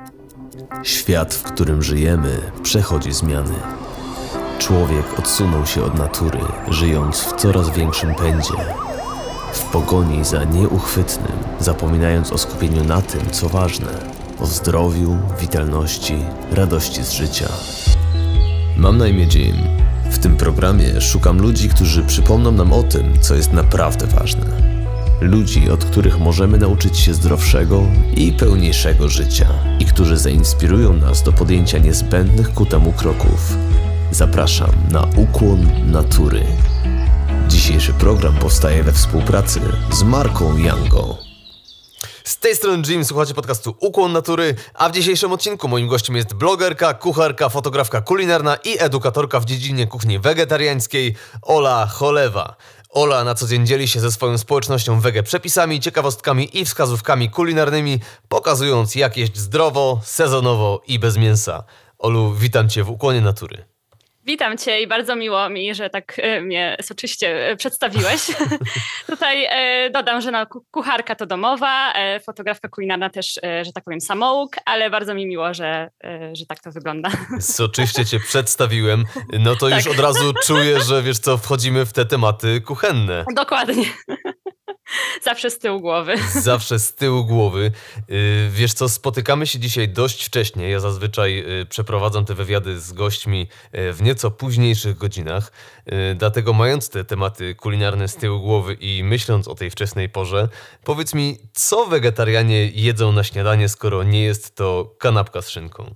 Świat, w którym żyjemy, przechodzi zmiany. Człowiek odsunął się od natury, żyjąc w coraz większym pędzie. W pogoni za nieuchwytnym, zapominając o skupieniu na tym, co ważne, o zdrowiu, witalności, radości z życia. Mam na imię Jim. W tym programie szukam ludzi, którzy przypomną nam o tym, co jest naprawdę ważne. Ludzi, od których możemy nauczyć się zdrowszego i pełniejszego życia i którzy zainspirują nas do podjęcia niezbędnych ku temu kroków. Zapraszam na Ukłon Natury. Dzisiejszy program powstaje we współpracy z marką Yango. Z tej strony Jim, słuchacie podcastu Ukłon Natury, a w dzisiejszym odcinku moim gościem jest blogerka, kucharka, fotografka kulinarna i edukatorka w dziedzinie kuchni wegetariańskiej Ola Cholewa. Ola na co dzień dzieli się ze swoją społecznością wege przepisami, ciekawostkami i wskazówkami kulinarnymi, pokazując jak jeść zdrowo, sezonowo i bez mięsa. Olu, witam Cię w Ukłonie Natury. Witam Cię i bardzo miło mi, że tak mnie soczyście przedstawiłeś. Tutaj dodam, że kucharka to domowa, fotografka kulinarna też, że tak powiem, samouk, ale bardzo mi miło, że tak to wygląda. Soczyście Cię przedstawiłem, no to już od razu czuję, że wiesz co, wchodzimy w te tematy kuchenne. Dokładnie. Zawsze z tyłu głowy. Zawsze z tyłu głowy. Wiesz co, spotykamy się dzisiaj dość wcześnie. Ja zazwyczaj przeprowadzam te wywiady z gośćmi w nieco późniejszych godzinach. Dlatego mając te tematy kulinarne z tyłu głowy i myśląc o tej wczesnej porze, powiedz mi, co wegetarianie jedzą na śniadanie, skoro nie jest to kanapka z szynką?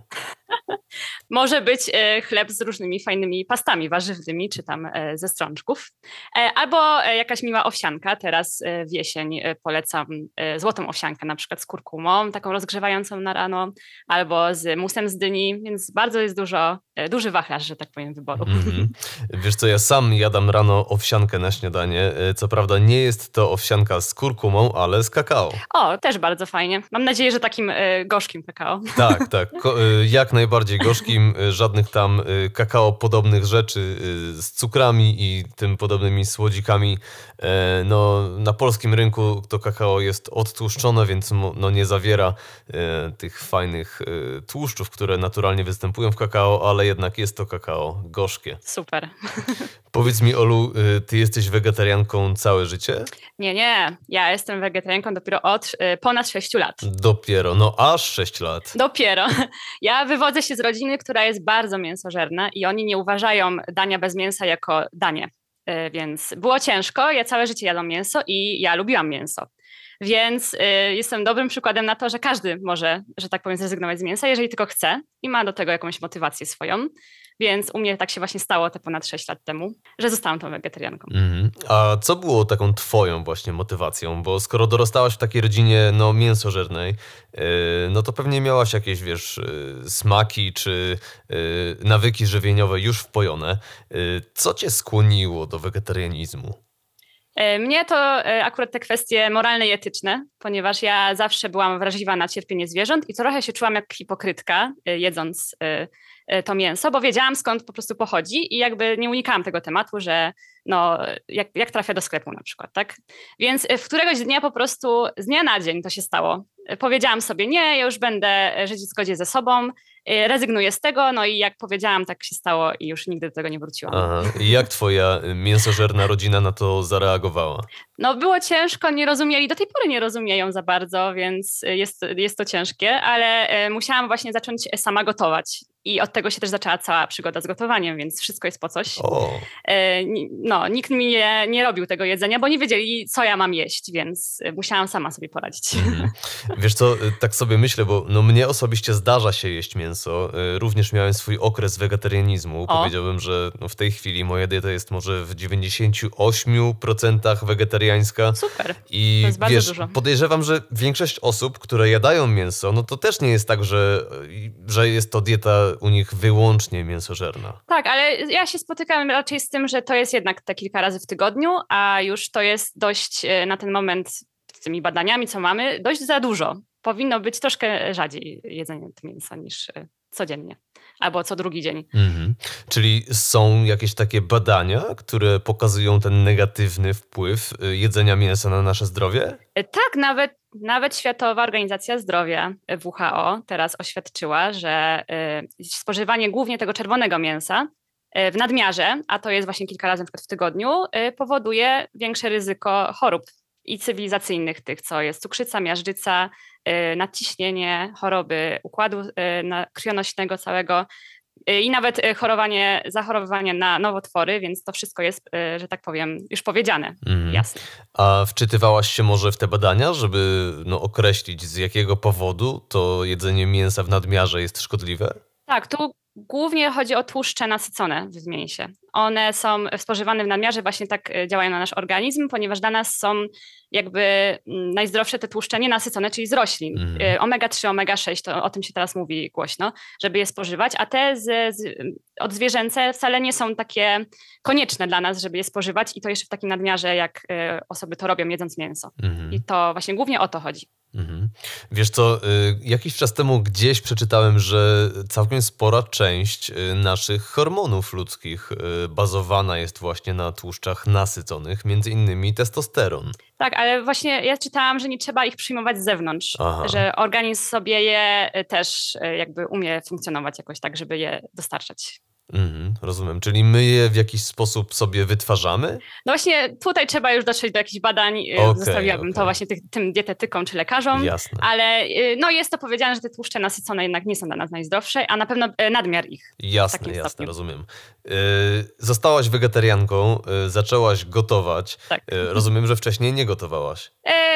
Może być chleb z różnymi fajnymi pastami warzywnymi, czy tam ze strączków. Albo jakaś miła owsianka. Teraz w jesień polecam złotą owsiankę, na przykład z kurkumą, taką rozgrzewającą na rano, albo z musem z dyni, więc bardzo jest duży wachlarz, że tak powiem, wyboru. Wiesz co, ja sam jadam rano owsiankę na śniadanie. Co prawda nie jest to owsianka z kurkumą, ale z kakao. O, też bardzo fajnie. Mam nadzieję, że takim gorzkim kakao. Tak. Jak najbardziej gorzkim, żadnych tam kakao podobnych rzeczy z cukrami i tym podobnymi słodzikami. No, na polskim rynku to kakao jest odtłuszczone, więc nie zawiera tych fajnych tłuszczów, które naturalnie występują w kakao, ale jednak jest to kakao gorzkie. Super. Powiedz mi, Olu, ty jesteś wegetarianką całe życie? Nie. Ja jestem wegetarianką dopiero od ponad 6 lat. Dopiero, no aż 6 lat. Dopiero. Ja wywodzę się z rodziny, która jest bardzo mięsożerna i oni nie uważają dania bez mięsa jako danie. Więc było ciężko, ja całe życie jadłam mięso i ja lubiłam mięso. Więc jestem dobrym przykładem na to, że każdy może, że tak powiem, zrezygnować z mięsa, jeżeli tylko chce i ma do tego jakąś motywację swoją. Więc u mnie tak się właśnie stało te ponad 6 lat temu, że zostałam tą wegetarianką. A co było taką twoją właśnie motywacją? Bo skoro dorastałaś w takiej rodzinie mięsożernej, no to pewnie miałaś jakieś, smaki czy nawyki żywieniowe już wpojone. Co cię skłoniło do wegetarianizmu? Mnie to akurat te kwestie moralne i etyczne, ponieważ ja zawsze byłam wrażliwa na cierpienie zwierząt i trochę się czułam jak hipokrytka, jedząc to mięso, bo wiedziałam skąd po prostu pochodzi i jakby nie unikałam tego tematu, że jak trafię do sklepu na przykład, tak? Więc w któregoś dnia po prostu z dnia na dzień to się stało. Powiedziałam sobie, nie, ja już będę żyć w zgodzie ze sobą, rezygnuję z tego, no i jak powiedziałam, tak się stało i już nigdy do tego nie wróciłam. Aha. I jak twoja mięsożerna rodzina na to zareagowała? No było ciężko, nie rozumieli, do tej pory nie rozumieją za bardzo, więc jest to ciężkie, ale musiałam właśnie zacząć sama gotować. I od tego się też zaczęła cała przygoda z gotowaniem, więc wszystko jest po coś. Nikt mi nie robił tego jedzenia, bo nie wiedzieli, co ja mam jeść, więc musiałam sama sobie poradzić. Wiesz co, tak sobie myślę, bo mnie osobiście zdarza się jeść mięso. Również miałem swój okres wegetarianizmu. Powiedziałbym, że w tej chwili moja dieta jest może w 98% wegetariańska. Super, i to jest bardzo dużo. Podejrzewam, że większość osób, które jadają mięso, no to też nie jest tak, że jest to dieta u nich wyłącznie mięsożerna. Tak, ale ja się spotykam raczej z tym, że to jest jednak te kilka razy w tygodniu, a już to jest dość na ten moment z tymi badaniami, co mamy, dość za dużo. Powinno być troszkę rzadziej jedzenie mięsa niż codziennie. Albo co drugi dzień. Czyli są jakieś takie badania, które pokazują ten negatywny wpływ jedzenia mięsa na nasze zdrowie? Tak, Nawet Światowa Organizacja Zdrowia, WHO, teraz oświadczyła, że spożywanie głównie tego czerwonego mięsa w nadmiarze, a to jest właśnie kilka razy na przykład w tygodniu, powoduje większe ryzyko chorób i cywilizacyjnych, tych co jest cukrzyca, miażdżyca, nadciśnienie, choroby układu krwionośnego całego i nawet zachorowanie na nowotwory, więc to wszystko jest, że tak powiem, już powiedziane. Jasne. A wczytywałaś się może w te badania, żeby określić, z jakiego powodu to jedzenie mięsa w nadmiarze jest szkodliwe? Tak, tu głównie chodzi o tłuszcze nasycone w mięsie. One są spożywane w nadmiarze, właśnie tak działają na nasz organizm, ponieważ dla nas są jakby najzdrowsze te tłuszcze nienasycone, czyli z roślin. Omega-3, omega-6, to o tym się teraz mówi głośno, żeby je spożywać, a te odzwierzęce wcale nie są takie konieczne dla nas, żeby je spożywać i to jeszcze w takim nadmiarze, jak osoby to robią, jedząc mięso. I to właśnie głównie o to chodzi. Wiesz co, jakiś czas temu gdzieś przeczytałem, że całkiem spora część naszych hormonów ludzkich bazowana jest właśnie na tłuszczach nasyconych, między innymi testosteron. Tak, ale właśnie ja czytałam, że nie trzeba ich przyjmować z zewnątrz, że organizm sobie je też jakby umie funkcjonować jakoś tak, żeby je dostarczać. Rozumiem. Czyli my je w jakiś sposób sobie wytwarzamy? No właśnie tutaj trzeba już dotrzeć do jakichś badań. Zostawiłabym to właśnie tym dietetykom czy lekarzom. Jasne. Ale jest to powiedziane, że te tłuszcze nasycone jednak nie są dla nas najzdrowsze, a na pewno nadmiar ich. Jasne, rozumiem. Zostałaś wegetarianką, zaczęłaś gotować. Tak. Rozumiem, że wcześniej nie gotowałaś.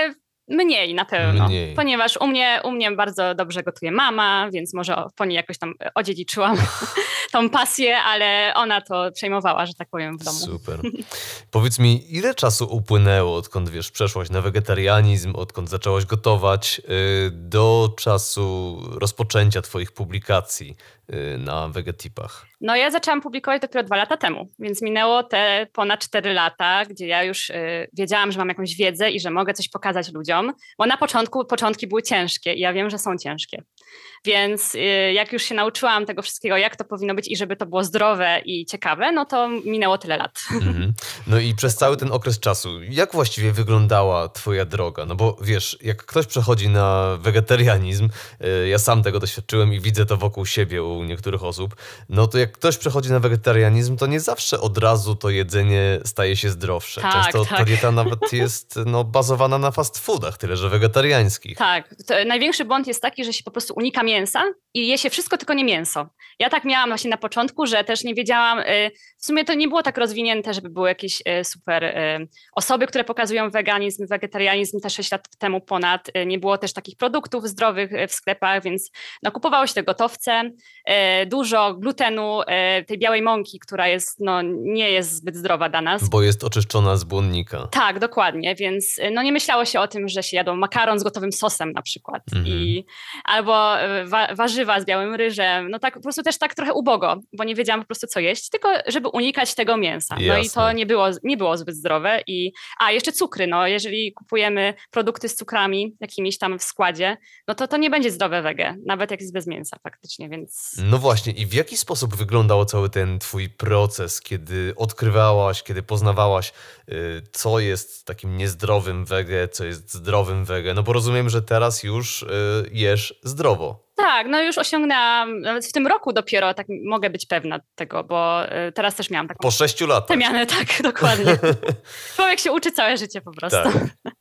Mniej na pewno, Mniej. Ponieważ u mnie bardzo dobrze gotuje mama, więc może po niej jakoś tam odziedziczyłam tą pasję, ale ona to przejmowała, że tak powiem, w domu. Super. Powiedz mi, ile czasu upłynęło, odkąd przeszłaś na wegetarianizm, odkąd zaczęłaś gotować, do czasu rozpoczęcia twoich publikacji na Vegetipach? No ja zaczęłam publikować dopiero 2 lata temu, więc minęło te ponad 4 lata, gdzie ja już wiedziałam, że mam jakąś wiedzę i że mogę coś pokazać ludziom, bo na początki były ciężkie i ja wiem, że są ciężkie. Więc jak już się nauczyłam tego wszystkiego, jak to powinno być i żeby to było zdrowe i ciekawe, no to minęło tyle lat. No i przez cały ten okres czasu, jak właściwie wyglądała twoja droga? No bo wiesz, jak ktoś przechodzi na wegetarianizm, ja sam tego doświadczyłem i widzę to wokół siebie u niektórych osób, no to jak ktoś przechodzi na wegetarianizm, to nie zawsze od razu to jedzenie staje się zdrowsze. Często ta dieta nawet jest bazowana na fast foodach, tyle że wegetariańskich. Tak. Największy błąd jest taki, że się po prostu unika mięsa i je się wszystko, tylko nie mięso. Ja tak miałam właśnie na początku, że też nie wiedziałam, w sumie to nie było tak rozwinięte, żeby były jakieś super osoby, które pokazują weganizm, wegetarianizm też 6 lat temu ponad. Nie było też takich produktów zdrowych w sklepach, więc kupowało się te gotowce, dużo glutenu, tej białej mąki, która jest, nie jest zbyt zdrowa dla nas. Bo jest oczyszczona z błonnika. Tak, dokładnie, więc nie myślało się o tym, że się jadło makaron z gotowym sosem na przykład albo warzywa z białym ryżem, tak po prostu też tak trochę ubogo, bo nie wiedziałam po prostu co jeść, tylko żeby unikać tego mięsa. Jasne. No i to nie było zbyt zdrowe jeszcze cukry, jeżeli kupujemy produkty z cukrami jakimiś tam w składzie, to nie będzie zdrowe wege, nawet jak jest bez mięsa faktycznie, więc... No właśnie i w jaki sposób wyglądał cały ten twój proces, kiedy odkrywałaś, kiedy poznawałaś, co jest takim niezdrowym wege, co jest zdrowym wege? No bo rozumiem, że teraz już jesz zdrowo. Tak, już osiągnęłam, nawet w tym roku dopiero tak mogę być pewna tego, bo teraz też miałam taką... Po 6 latach. Przemianę, tak, dokładnie. Człowiek się uczy całe życie po prostu. Tak.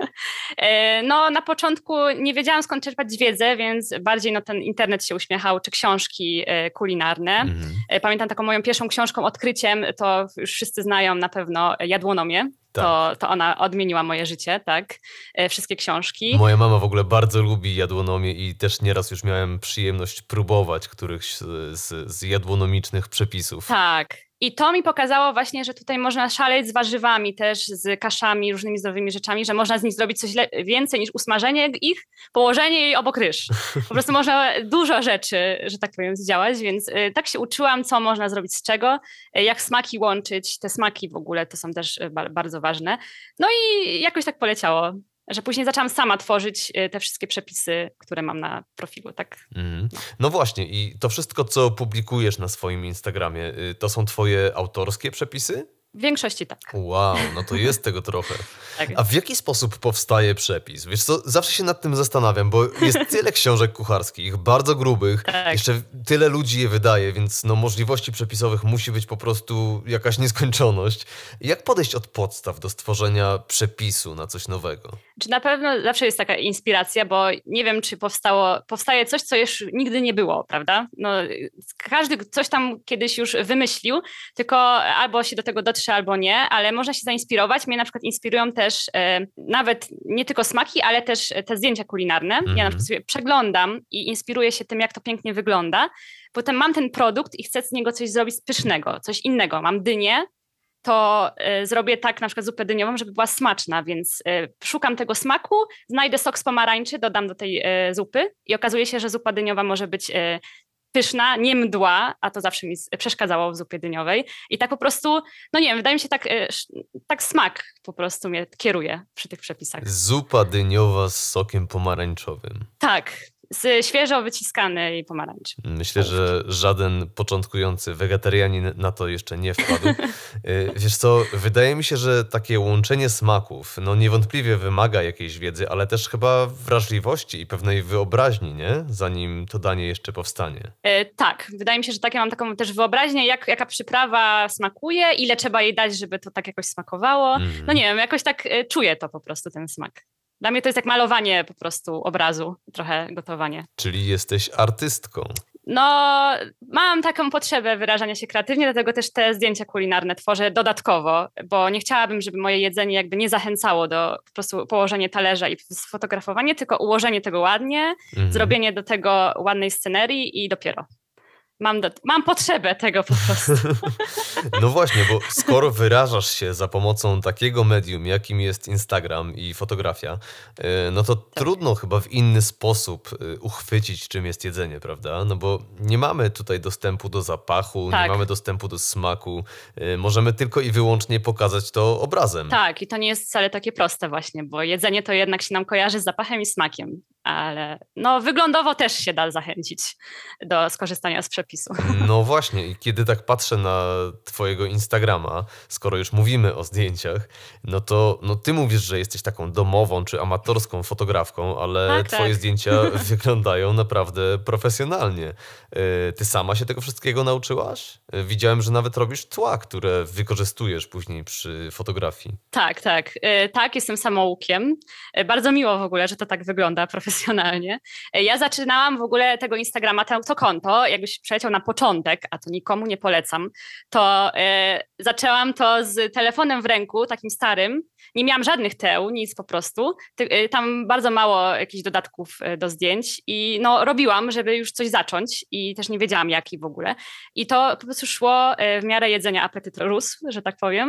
Na początku nie wiedziałam skąd czerpać wiedzę, więc bardziej ten internet się uśmiechał, czy książki kulinarne. Pamiętam taką moją pierwszą książką, odkryciem, to już wszyscy znają na pewno Jadłonomię. Tak. To ona odmieniła moje życie, tak? Wszystkie książki. Moja mama w ogóle bardzo lubi jadłonomię i też nieraz już miałem przyjemność próbować którychś z jadłonomicznych przepisów. Tak. I to mi pokazało właśnie, że tutaj można szaleć z warzywami też, z kaszami, różnymi zdrowymi rzeczami, że można z nich zrobić coś więcej niż usmażenie ich, położenie jej obok ryż. Po prostu można dużo rzeczy, że tak powiem, zdziałać, więc tak się uczyłam, co można zrobić z czego, jak smaki łączyć. Te smaki w ogóle to są też bardzo ważne. No i jakoś tak poleciało, że później zaczęłam sama tworzyć te wszystkie przepisy, które mam na profilu, tak? No właśnie i to wszystko, co publikujesz na swoim Instagramie, to są twoje autorskie przepisy? W większości tak. Wow, no to jest tego trochę. Tak. A w jaki sposób powstaje przepis? Wiesz co, zawsze się nad tym zastanawiam, bo jest tyle książek kucharskich, bardzo grubych, Tak. jeszcze tyle ludzi je wydaje, więc no możliwości przepisowych musi być po prostu jakaś nieskończoność. Jak podejść od podstaw do stworzenia przepisu na coś nowego? Czy na pewno zawsze jest taka inspiracja, bo nie wiem, czy powstaje coś, co już nigdy nie było, prawda? No, każdy coś tam kiedyś już wymyślił, tylko albo się do tego dotrze, albo nie, ale można się zainspirować. Mnie na przykład inspirują też nawet nie tylko smaki, ale też te zdjęcia kulinarne. Ja na przykład sobie przeglądam i inspiruję się tym, jak to pięknie wygląda. Potem mam ten produkt i chcę z niego coś zrobić pysznego, coś innego. Mam dynię, to zrobię tak na przykład zupę dyniową, żeby była smaczna, więc szukam tego smaku, znajdę sok z pomarańczy, dodam do tej zupy i okazuje się, że zupa dyniowa może być pyszna, nie mdła, a to zawsze mi przeszkadzało w zupie dyniowej. I tak po prostu, no nie wiem, wydaje mi się tak smak po prostu mnie kieruje przy tych przepisach. Zupa dyniowa z sokiem pomarańczowym. Tak, z świeżo wyciskanej pomarańczy. Myślę, że żaden początkujący wegetarianin na to jeszcze nie wpadł. Wiesz co, wydaje mi się, że takie łączenie smaków no niewątpliwie wymaga jakiejś wiedzy, ale też chyba wrażliwości i pewnej wyobraźni, nie? Zanim to danie jeszcze powstanie. Tak, wydaje mi się, że ja mam taką też wyobraźnię, jaka przyprawa smakuje, ile trzeba jej dać, żeby to tak jakoś smakowało. No nie wiem, jakoś tak czuję to po prostu, ten smak. Dla mnie to jest jak malowanie po prostu obrazu, trochę gotowanie. Czyli jesteś artystką. No, mam taką potrzebę wyrażania się kreatywnie, dlatego też te zdjęcia kulinarne tworzę dodatkowo, bo nie chciałabym, żeby moje jedzenie jakby nie zachęcało do po prostu położenia talerza i sfotografowanie, tylko ułożenie tego ładnie, zrobienie do tego ładnej scenerii i dopiero. Mam potrzebę tego po prostu. No właśnie, bo skoro wyrażasz się za pomocą takiego medium, jakim jest Instagram i fotografia, no to trudno chyba w inny sposób uchwycić, czym jest jedzenie, prawda? No bo nie mamy tutaj dostępu do zapachu, nie mamy dostępu do smaku. Możemy tylko i wyłącznie pokazać to obrazem. Tak, i to nie jest wcale takie proste właśnie, bo jedzenie to jednak się nam kojarzy z zapachem i smakiem, ale no wyglądowo też się da zachęcić do skorzystania z przepisu. No właśnie, i kiedy tak patrzę na twojego Instagrama, skoro już mówimy o zdjęciach, no to ty mówisz, że jesteś taką domową czy amatorską fotografką, ale twoje zdjęcia wyglądają naprawdę profesjonalnie. Ty sama się tego wszystkiego nauczyłaś? Widziałem, że nawet robisz tła, które wykorzystujesz później przy fotografii. Tak, jestem samoukiem. Bardzo miło w ogóle, że to tak wygląda profesjonalnie. Ja zaczynałam w ogóle tego Instagrama, to konto, jakbyś przeleciał na początek, a to nikomu nie polecam, to zaczęłam to z telefonem w ręku, takim starym. Nie miałam żadnych teł, nic po prostu. Tam bardzo mało jakichś dodatków do zdjęć i no robiłam, żeby już coś zacząć i też nie wiedziałam jaki w ogóle. I to po prostu szło w miarę jedzenia, apetyt rósł, że tak powiem.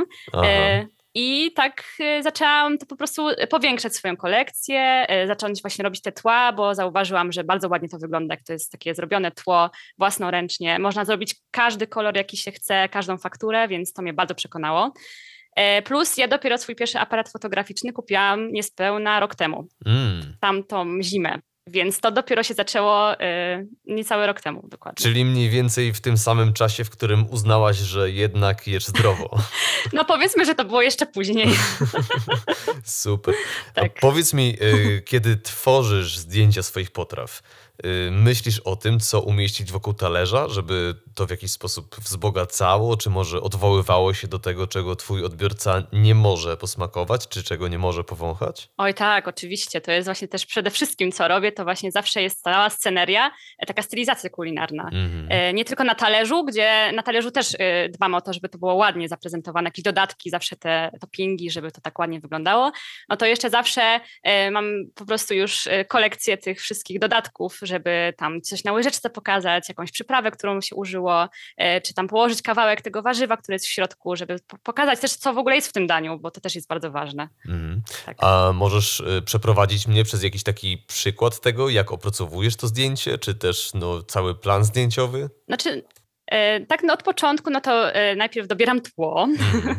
I tak zaczęłam to po prostu powiększać swoją kolekcję, zacząć właśnie robić te tła, bo zauważyłam, że bardzo ładnie to wygląda, jak to jest takie zrobione tło własnoręcznie. Można zrobić każdy kolor, jaki się chce, każdą fakturę, więc to mnie bardzo przekonało. Plus ja dopiero swój pierwszy aparat fotograficzny kupiłam niespełna rok temu, tamtą zimę. Więc to dopiero się zaczęło niecały rok temu dokładnie. Czyli mniej więcej w tym samym czasie, w którym uznałaś, że jednak jesz zdrowo. No powiedzmy, że to było jeszcze później. Super. Tak. A powiedz mi, kiedy tworzysz zdjęcia swoich potraw, myślisz o tym, co umieścić wokół talerza, żeby to w jakiś sposób wzbogacało, czy może odwoływało się do tego, czego twój odbiorca nie może posmakować, czy czego nie może powąchać? Oj tak, oczywiście. To jest właśnie też przede wszystkim, co robię, to właśnie zawsze jest cała sceneria, taka stylizacja kulinarna. Nie tylko na talerzu, gdzie na talerzu też dbam o to, żeby to było ładnie zaprezentowane, jakieś dodatki, zawsze te toppingi, żeby to tak ładnie wyglądało. No to jeszcze zawsze mam po prostu już kolekcję tych wszystkich dodatków, żeby tam coś na łyżeczce pokazać, jakąś przyprawę, którą się użyło, czy tam położyć kawałek tego warzywa, które jest w środku, żeby pokazać też, co w ogóle jest w tym daniu, bo to też jest bardzo ważne. Tak. A możesz przeprowadzić mnie przez jakiś taki przykład tego, jak opracowujesz to zdjęcie, czy też cały plan zdjęciowy? Znaczy, Tak, no od początku, no to najpierw dobieram tło.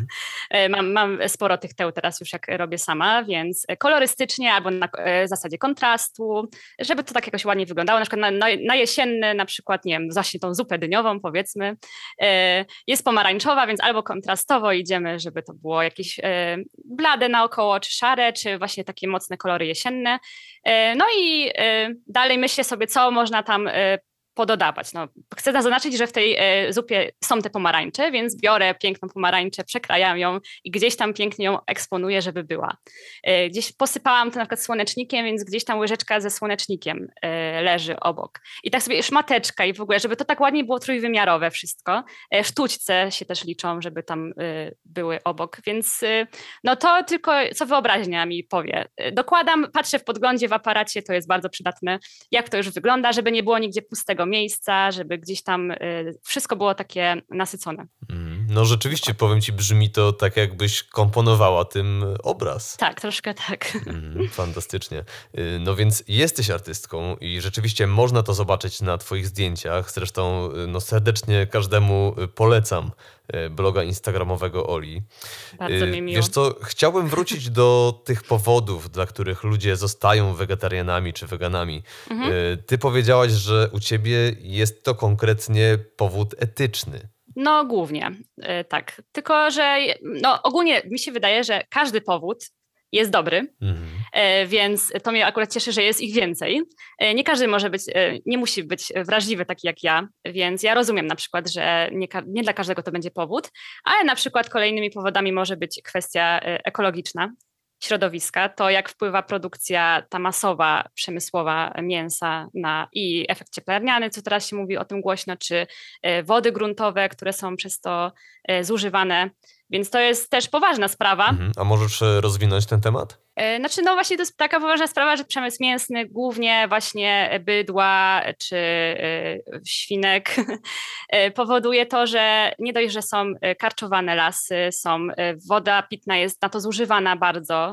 Mam sporo tych teł teraz już jak robię sama, więc kolorystycznie albo na zasadzie kontrastu, żeby to tak jakoś ładnie wyglądało. Na przykład na jesienne, na przykład, nie wiem, właśnie tą zupę dyniową powiedzmy, jest pomarańczowa, więc albo kontrastowo idziemy, żeby to było jakieś blade naokoło, czy szare, czy właśnie takie mocne kolory jesienne. No i dalej myślę sobie, co można tam pododawać. No, chcę zaznaczyć, że w tej zupie są te pomarańcze, więc biorę piękną pomarańczę, przekrajam ją i gdzieś tam pięknie ją eksponuję, żeby była. Gdzieś posypałam to na przykład słonecznikiem, więc gdzieś tam łyżeczka ze słonecznikiem leży obok. I tak sobie szmateczka i w ogóle, żeby to tak ładnie było trójwymiarowe wszystko. Sztućce się też liczą, żeby tam były obok, więc no to tylko co wyobraźnia mi powie. Dokładam, patrzę w podglądzie w aparacie, to jest bardzo przydatne, jak to już wygląda, żeby nie było nigdzie pustego miejsca, żeby gdzieś tam wszystko było takie nasycone. No rzeczywiście, powiem ci, brzmi to tak, jakbyś komponowała tym obraz. Tak, troszkę tak. Fantastycznie. No więc jesteś artystką i rzeczywiście można to zobaczyć na twoich zdjęciach. Zresztą no serdecznie każdemu polecam bloga instagramowego Oli. Bardzo mi miło. Wiesz co, chciałbym wrócić do tych powodów, dla których ludzie zostają wegetarianami czy weganami. Ty powiedziałaś, że u ciebie jest to konkretnie powód etyczny. No głównie, tak. Tylko, że no, ogólnie mi się wydaje, że każdy powód jest dobry, więc to mnie akurat cieszy, że jest ich więcej. Nie każdy może być, nie musi być wrażliwy taki jak ja, więc ja rozumiem na przykład, że nie dla każdego to będzie powód, ale na przykład kolejnymi powodami może być kwestia ekologiczna, środowiska, to jak wpływa produkcja ta masowa, przemysłowa mięsa i efekt cieplarniany, co teraz się mówi o tym głośno, czy wody gruntowe, które są przez to zużywane. Więc to jest też poważna sprawa. A możesz rozwinąć ten temat? Znaczy, no właśnie to jest taka poważna sprawa, że przemysł mięsny, głównie właśnie bydła czy świnek, powoduje to, że nie dość, że są karczowane lasy, woda pitna jest na to zużywana bardzo,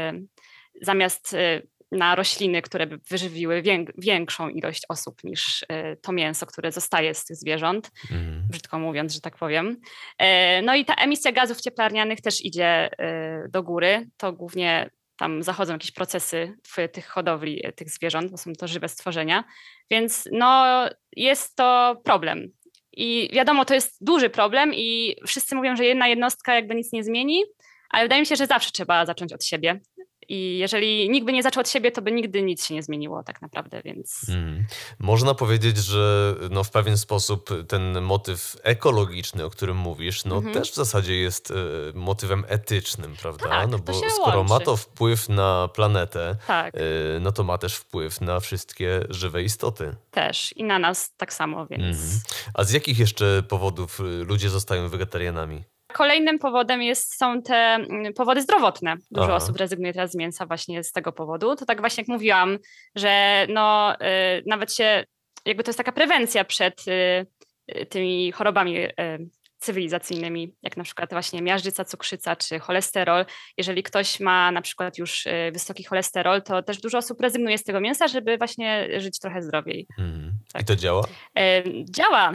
zamiast na rośliny, które by wyżywiły większą ilość osób niż to mięso, które zostaje z tych zwierząt, brzydko mówiąc, że tak powiem. No i ta emisja gazów cieplarnianych też idzie do góry, to głównie tam zachodzą jakieś procesy w tych hodowli tych zwierząt, bo są to żywe stworzenia, więc no jest to problem. I wiadomo, to jest duży problem i wszyscy mówią, że jedna jednostka jakby nic nie zmieni, ale wydaje mi się, że zawsze trzeba zacząć od siebie. I jeżeli nikt by nie zaczął od siebie, to by nigdy nic się nie zmieniło tak naprawdę, więc... Można powiedzieć, że no w pewien sposób ten motyw ekologiczny, o którym mówisz, no też w zasadzie jest motywem etycznym, prawda? Tak, no bo to się skoro łączy. ma to wpływ na planetę, Tak. No to ma też wpływ na wszystkie żywe istoty. Też i na nas tak samo, więc... A z jakich jeszcze powodów ludzie zostają wegetarianami? Kolejnym powodem są te powody zdrowotne. Dużo Aha. osób rezygnuje teraz z mięsa właśnie z tego powodu. To tak właśnie jak mówiłam, że no, nawet się, jakby to jest taka prewencja przed tymi chorobami cywilizacyjnymi, jak na przykład właśnie miażdżyca, cukrzyca czy cholesterol. Jeżeli ktoś ma na przykład już wysoki cholesterol, to też dużo osób rezygnuje z tego mięsa, żeby właśnie żyć trochę zdrowiej. Tak. I to działa? Działa.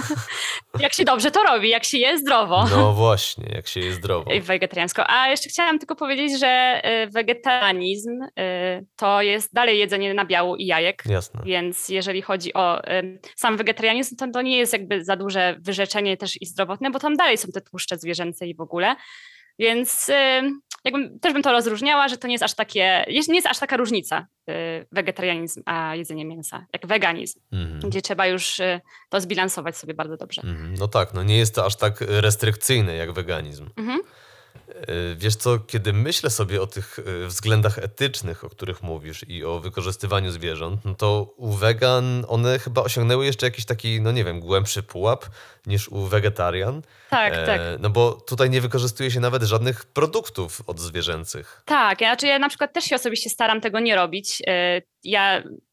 Jak się dobrze to robi, jak się je zdrowo. No właśnie, jak się je zdrowo. I wegetariańsko. A jeszcze chciałam tylko powiedzieć, że wegetarianizm to jest dalej jedzenie nabiału i jajek. Jasne. Więc jeżeli chodzi o sam wegetarianizm, to nie jest jakby za duże wyrzeczenie też i zdrowotne, bo tam dalej są te tłuszcze zwierzęce i w ogóle. Więc jakby też bym to rozróżniała, że to nie jest aż taka różnica wegetarianizm a jedzenie mięsa, jak weganizm, gdzie trzeba już to zbilansować sobie bardzo dobrze. No tak, no nie jest to aż tak restrykcyjne jak weganizm. Wiesz co, kiedy myślę sobie o tych względach etycznych, o których mówisz i o wykorzystywaniu zwierząt, no to u wegan one chyba osiągnęły jeszcze jakiś taki, no nie wiem, głębszy pułap niż u wegetarian. Tak, tak. No bo tutaj nie wykorzystuje się nawet żadnych produktów odzwierzęcych. Tak, ja na przykład też się osobiście staram tego nie robić. Ja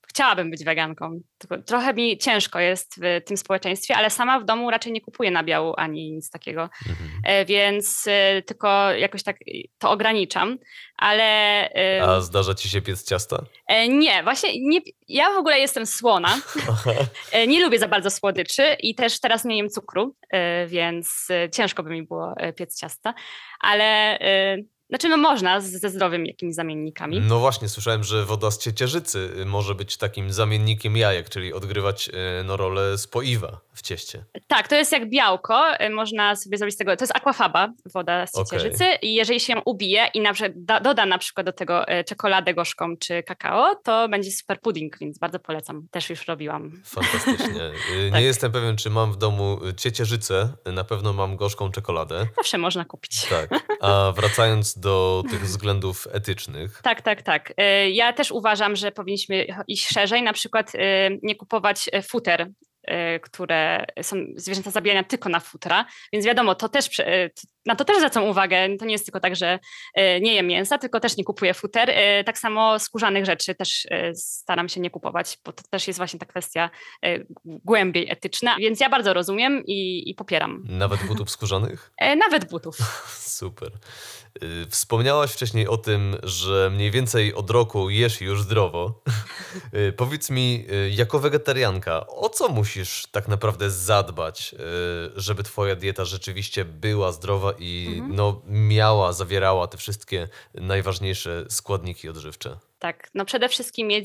chciałabym być weganką. Tylko trochę mi ciężko jest w tym społeczeństwie, ale sama w domu raczej nie kupuję nabiału ani nic takiego, więc tylko jakoś tak to ograniczam, ale... A zdarza ci się piec ciasta? Nie, właśnie nie, ja w ogóle jestem słona. Nie lubię za bardzo słodyczy i też teraz nie jem cukru, więc ciężko by mi było piec ciasta, ale... Znaczy, no można ze zdrowymi jakimiś zamiennikami. No właśnie, słyszałem, że woda z ciecierzycy może być takim zamiennikiem jajek, czyli odgrywać rolę spoiwa w cieście. Tak, to jest jak białko, można sobie zrobić z tego, to jest aquafaba, woda z ciecierzycy i jeżeli się ją ubije i na przykład doda na przykład do tego czekoladę gorzką czy kakao, to będzie super pudding, więc bardzo polecam, też już robiłam. Fantastycznie. Nie jestem pewien, czy mam w domu ciecierzycę, na pewno mam gorzką czekoladę. Zawsze można kupić. Tak, a wracając do tych względów etycznych. Tak. Ja też uważam, że powinniśmy iść szerzej, na przykład nie kupować futer, które są zwierzęta zabijane tylko na futra, więc wiadomo, to też, na to też zwracam uwagę. To nie jest tylko tak, że nie jem mięsa, tylko też nie kupuję futer. Tak samo skórzanych rzeczy też staram się nie kupować, bo to też jest właśnie ta kwestia głębiej etyczna, więc ja bardzo rozumiem i popieram. Nawet butów skórzanych? Nawet butów. Super. Wspomniałaś wcześniej o tym, że mniej więcej od roku jesz już zdrowo. Powiedz mi, jako wegetarianka, o co musisz tak naprawdę zadbać, żeby twoja dieta rzeczywiście była zdrowa i zawierała te wszystkie najważniejsze składniki odżywcze? Tak, no przede wszystkim mieć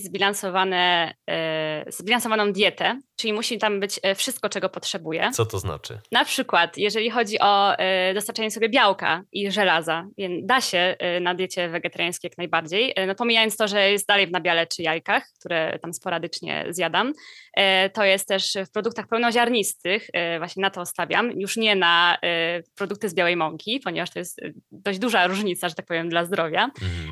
zbilansowaną dietę, czyli musi tam być wszystko, czego potrzebuję. Co to znaczy? Na przykład, jeżeli chodzi o dostarczanie sobie białka i żelaza, więc da się na diecie wegetariańskiej jak najbardziej, no pomijając to, że jest dalej w nabiale czy jajkach, które tam sporadycznie zjadam, to jest też w produktach pełnoziarnistych, właśnie na to stawiam, już nie na produkty z białej mąki, ponieważ to jest dość duża różnica, że tak powiem, dla zdrowia.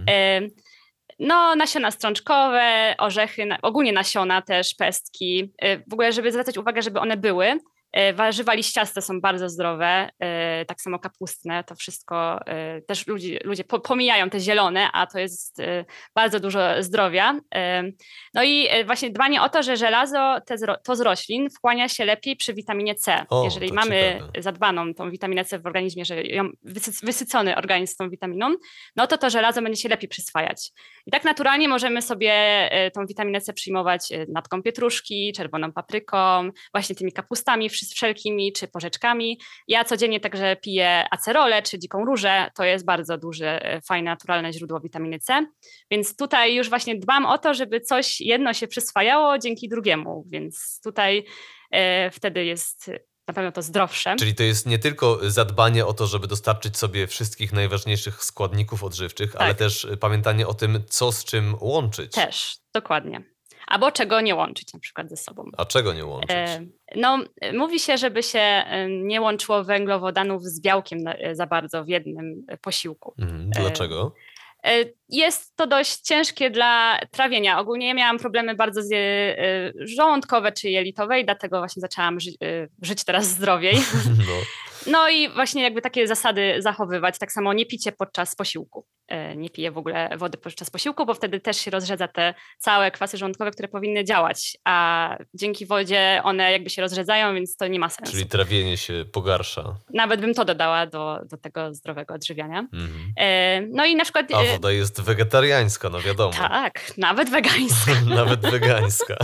No, nasiona strączkowe, orzechy, ogólnie nasiona też, pestki. W ogóle, żeby zwracać uwagę, żeby one były. Warzywa liściaste są bardzo zdrowe, tak samo kapustne, to wszystko też ludzie pomijają te zielone, a to jest bardzo dużo zdrowia. No i właśnie dbanie o to, że żelazo to z roślin wchłania się lepiej przy witaminie C. Jeżeli mamy zadbaną tą witaminę C w organizmie, że wysycony organizm tą witaminą, no to żelazo będzie się lepiej przyswajać. I tak naturalnie możemy sobie tą witaminę C przyjmować natką pietruszki, czerwoną papryką, właśnie tymi kapustami wszelkimi, czy porzeczkami. Ja codziennie także piję acerolę, czy dziką różę. To jest bardzo duże, fajne, naturalne źródło witaminy C. Więc tutaj już właśnie dbam o to, żeby coś jedno się przyswajało dzięki drugiemu. Więc tutaj wtedy jest na pewno to zdrowsze. Czyli to jest nie tylko zadbanie o to, żeby dostarczyć sobie wszystkich najważniejszych składników odżywczych, ale też pamiętanie o tym, co z czym łączyć. Też, dokładnie. Albo czego nie łączyć na przykład ze sobą. A czego nie łączyć? No, mówi się, żeby się nie łączyło węglowodanów z białkiem za bardzo w jednym posiłku. Dlaczego? Jest to dość ciężkie dla trawienia. Ogólnie ja miałam problemy bardzo żołądkowe czy jelitowe i dlatego właśnie zaczęłam żyć teraz zdrowiej. No i właśnie jakby takie zasady zachowywać. Tak samo nie picie podczas posiłku. Nie piję w ogóle wody podczas posiłku, bo wtedy też się rozrzedza te całe kwasy żołądkowe, które powinny działać, a dzięki wodzie one jakby się rozrzedzają, więc to nie ma sensu. Czyli trawienie się pogarsza. Nawet bym to dodała do tego zdrowego odżywiania. No i na przykład... A woda jest wegetariańska, no wiadomo. Tak, nawet wegańska. Nawet wegańska.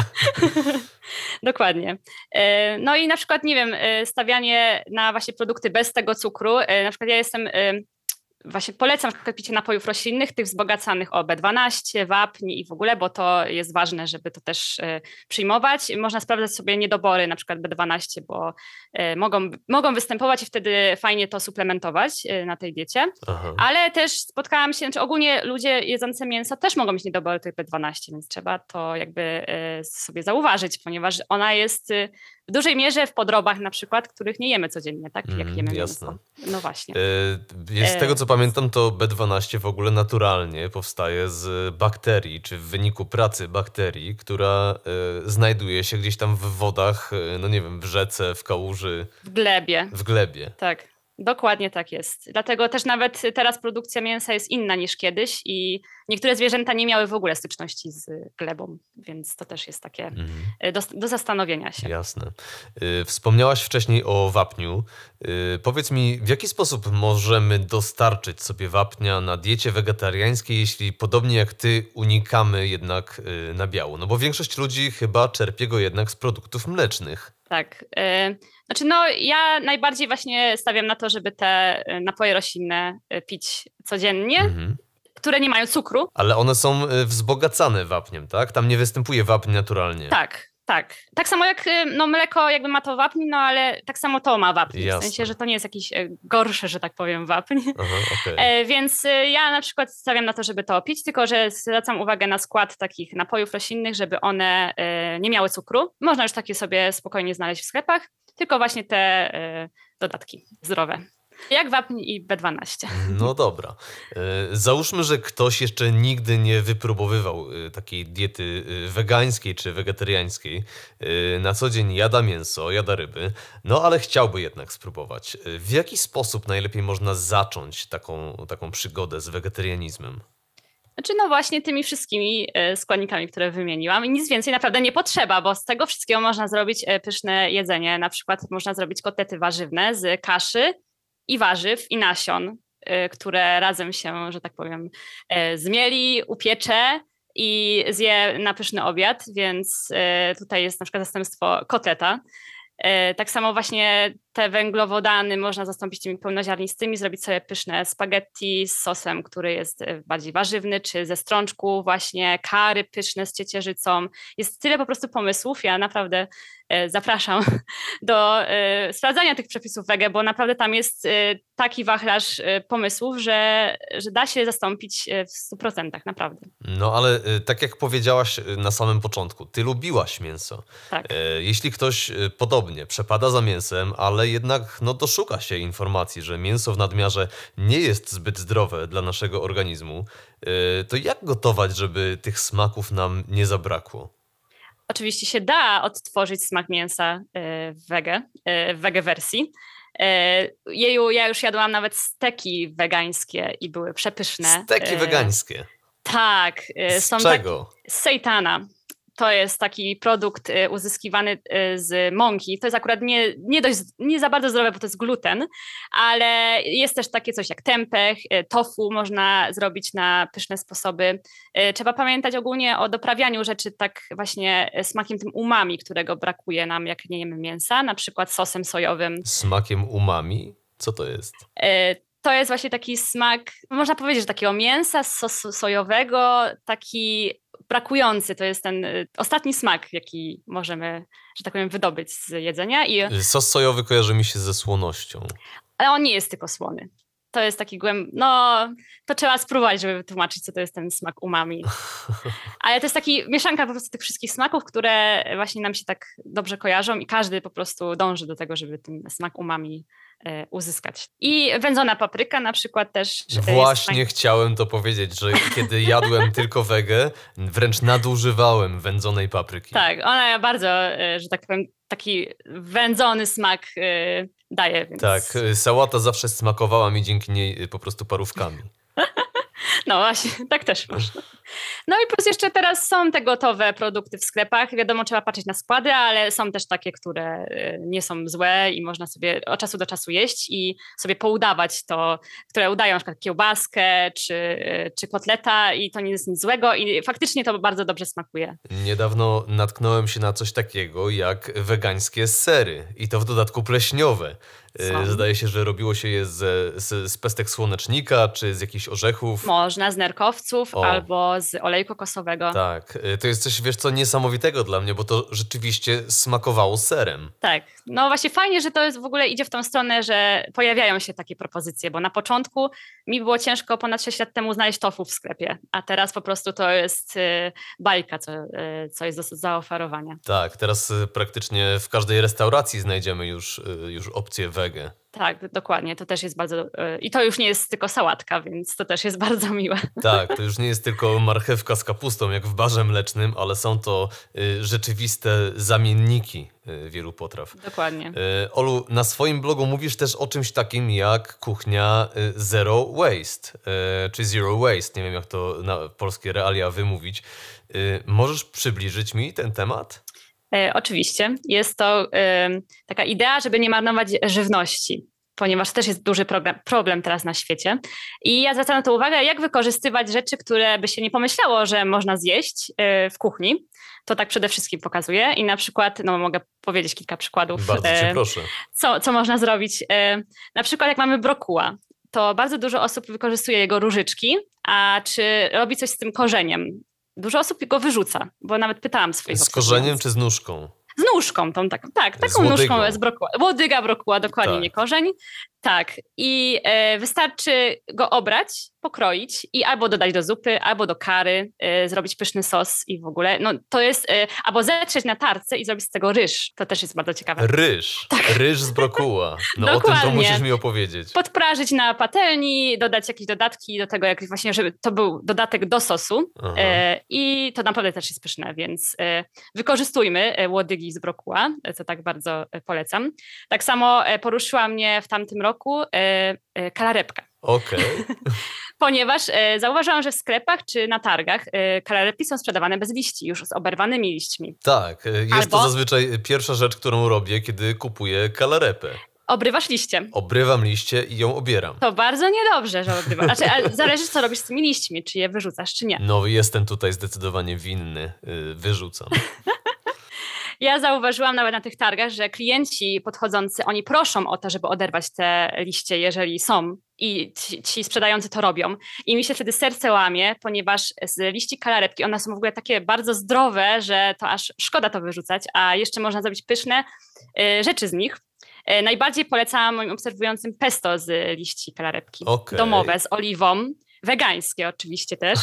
Dokładnie. No i na przykład, nie wiem, stawianie na właśnie produkty bez tego cukru. Na przykład ja jestem... Właśnie polecam picie napojów roślinnych, tych wzbogacanych o B12, wapń i w ogóle, bo to jest ważne, żeby to też przyjmować. Można sprawdzać sobie niedobory, na przykład B12, bo mogą występować i wtedy fajnie to suplementować na tej diecie. Ale też spotkałam się, znaczy ogólnie ludzie jedzący mięso też mogą mieć niedobory tych B12, więc trzeba to jakby sobie zauważyć, ponieważ ona jest w dużej mierze w podrobach na przykład, których nie jemy codziennie, tak jak jemy mięso. No właśnie. Z tego co pamiętam, to B12 w ogóle naturalnie powstaje z bakterii, czy w wyniku pracy bakterii, która znajduje się gdzieś tam w wodach, no nie wiem, w rzece, w kałuży. W glebie. W glebie. Tak. Dokładnie tak jest. Dlatego też nawet teraz produkcja mięsa jest inna niż kiedyś i niektóre zwierzęta nie miały w ogóle styczności z glebą, więc to też jest takie do zastanowienia się. Jasne. Wspomniałaś wcześniej o wapniu. Powiedz mi, w jaki sposób możemy dostarczyć sobie wapnia na diecie wegetariańskiej, jeśli podobnie jak ty unikamy jednak nabiału? No bo większość ludzi chyba czerpie go jednak z produktów mlecznych. Tak. Znaczy ja najbardziej właśnie stawiam na to, żeby te napoje roślinne pić codziennie, które nie mają cukru. Ale one są wzbogacane wapniem, tak? Tam nie występuje wapń naturalnie. Tak. Tak samo jak mleko jakby ma to wapń, ale tak samo to ma wapń. Jasne. W sensie, że to nie jest jakiś gorszy, że tak powiem, wapń. Aha, okay. Więc ja na przykład stawiam na to, żeby to pić, tylko że zwracam uwagę na skład takich napojów roślinnych, żeby one nie miały cukru. Można już takie sobie spokojnie znaleźć w sklepach, tylko właśnie te dodatki zdrowe. Jak wapń i B12. No dobra. Załóżmy, że ktoś jeszcze nigdy nie wypróbowywał takiej diety wegańskiej czy wegetariańskiej. Na co dzień jada mięso, jada ryby, no ale chciałby jednak spróbować. W jaki sposób najlepiej można zacząć taką przygodę z wegetarianizmem? Znaczy właśnie tymi wszystkimi składnikami, które wymieniłam i nic więcej naprawdę nie potrzeba, bo z tego wszystkiego można zrobić pyszne jedzenie. Na przykład można zrobić kotlety warzywne z kaszy i warzyw, i nasion, które razem się, że tak powiem, zmieli, upiecze i zje na pyszny obiad, więc tutaj jest na przykład zastępstwo kotleta. Tak samo właśnie te węglowodany można zastąpić tymi pełnoziarnistymi, zrobić sobie pyszne spaghetti z sosem, który jest bardziej warzywny, czy ze strączku właśnie, kary pyszne z ciecierzycą. Jest tyle po prostu pomysłów. Ja naprawdę zapraszam do sprawdzania tych przepisów wege, bo naprawdę tam jest taki wachlarz pomysłów, że da się zastąpić w 100%, naprawdę. No ale tak jak powiedziałaś na samym początku, ty lubiłaś mięso. Tak. Jeśli ktoś podobnie przepada za mięsem, ale jednak doszuka się informacji, że mięso w nadmiarze nie jest zbyt zdrowe dla naszego organizmu, to jak gotować, żeby tych smaków nam nie zabrakło? Oczywiście się da odtworzyć smak mięsa w wege wersji. Ja już jadłam nawet steki wegańskie i były przepyszne. Steki wegańskie? Tak. Z czego? Z sejtana. To jest taki produkt uzyskiwany z mąki. To jest akurat nie za bardzo zdrowe, bo to jest gluten, ale jest też takie coś jak tempeh, tofu można zrobić na pyszne sposoby. Trzeba pamiętać ogólnie o doprawianiu rzeczy tak właśnie smakiem tym umami, którego brakuje nam, jak nie jemy mięsa, na przykład sosem sojowym. Smakiem umami? Co to jest? To jest właśnie taki smak, można powiedzieć, że takiego mięsa z sosu sojowego, taki brakujący. To jest ten ostatni smak, jaki możemy, że tak powiem, wydobyć z jedzenia. Sos sojowy kojarzy mi się ze słonością. Ale on nie jest tylko słony. To jest taki to trzeba spróbować, żeby wytłumaczyć, co to jest ten smak umami. Ale to jest taki mieszanka po prostu tych wszystkich smaków, które właśnie nam się tak dobrze kojarzą i każdy po prostu dąży do tego, żeby ten smak umami uzyskać. I wędzona papryka na przykład też. Właśnie chciałem to powiedzieć, że kiedy jadłem tylko wege, wręcz nadużywałem wędzonej papryki. Tak, ona bardzo, że tak powiem, taki wędzony smak daje. Więc... Tak, sałata zawsze smakowała mi dzięki niej po prostu parówkami. No właśnie, tak też można. No i plus jeszcze teraz są te gotowe produkty w sklepach. Wiadomo, trzeba patrzeć na składy, ale są też takie, które nie są złe i można sobie od czasu do czasu jeść i sobie poudawać to, które udają na przykład kiełbaskę czy kotleta i to nie jest nic złego i faktycznie to bardzo dobrze smakuje. Niedawno natknąłem się na coś takiego jak wegańskie sery i to w dodatku pleśniowe. Zdaje się, że robiło się je z pestek słonecznika czy z jakichś orzechów. Można z nerkowców albo z oleju kokosowego. Tak, to jest coś, wiesz co, niesamowitego dla mnie, bo to rzeczywiście smakowało serem. Tak, no właśnie fajnie, że to jest w ogóle idzie w tą stronę, że pojawiają się takie propozycje, bo na początku mi było ciężko ponad 6 lat temu znaleźć tofu w sklepie, a teraz po prostu to jest bajka, co jest do zaoferowania. Tak, teraz praktycznie w każdej restauracji znajdziemy już opcję wege. Tak, dokładnie. To też jest bardzo... I to już nie jest tylko sałatka, więc to też jest bardzo miłe. Tak, to już nie jest tylko marchewka z kapustą, jak w barze mlecznym, ale są to rzeczywiste zamienniki wielu potraw. Dokładnie. Olu, na swoim blogu mówisz też o czymś takim jak kuchnia zero waste, czy zero waste, nie wiem jak to na polskie realia wymówić. Możesz przybliżyć mi ten temat? Oczywiście. Jest to taka idea, żeby nie marnować żywności, ponieważ też jest duży problem teraz na świecie. I ja zwracam na to uwagę, jak wykorzystywać rzeczy, które by się nie pomyślało, że można zjeść w kuchni. To tak przede wszystkim pokazuję. I na przykład, no mogę powiedzieć kilka przykładów. Bardzo cię proszę. Co można zrobić. Na przykład jak mamy brokuła, to bardzo dużo osób wykorzystuje jego różyczki, a czy robi coś z tym korzeniem? Dużo osób go wyrzuca, bo nawet pytałam swoich Z korzeniem czy z nóżką? Z nóżką, taką łodygą. nóżką z brokuła. Łodyga brokuła, dokładnie, Tak. nie korzeń. Tak. I wystarczy go obrać, pokroić i albo dodać do zupy, albo do kary, zrobić pyszny sos i w ogóle. No to jest, albo zetrzeć na tarce i zrobić z tego ryż. To też jest bardzo ciekawe. Ryż. Tak. Ryż z brokuła. No o tym to Dokładnie. musisz mi opowiedzieć. Podprażyć na patelni, dodać jakieś dodatki do tego, jak właśnie, żeby to był dodatek do sosu. I to naprawdę też jest pyszne, więc wykorzystujmy łodygi z brokuła, co tak bardzo polecam. Tak samo poruszyła mnie w tamtym roku kalarepka. Okej. Ponieważ zauważyłam, że w sklepach czy na targach kalarepki są sprzedawane bez liści, już z oberwanymi liśćmi. Tak, jest Albo- to zazwyczaj pierwsza rzecz, którą robię, kiedy kupuję kalarepę. Obrywasz liście. Obrywam liście i ją obieram. To bardzo niedobrze, że obrywasz. Znaczy, ale zależy, co robisz z tymi liśćmi, czy je wyrzucasz, czy nie. No jestem tutaj zdecydowanie winny, wyrzucam. Ja zauważyłam nawet na tych targach, że klienci podchodzący, oni proszą o to, żeby oderwać te liście, jeżeli są. I ci sprzedający to robią. I mi się wtedy serce łamie, ponieważ z liści kalarepki one są w ogóle takie bardzo zdrowe, że to aż szkoda to wyrzucać, a jeszcze można zrobić pyszne rzeczy z nich. Najbardziej polecałam moim obserwującym pesto z liści kalarepki. Okej. Domowe, z oliwą. Wegańskie oczywiście też.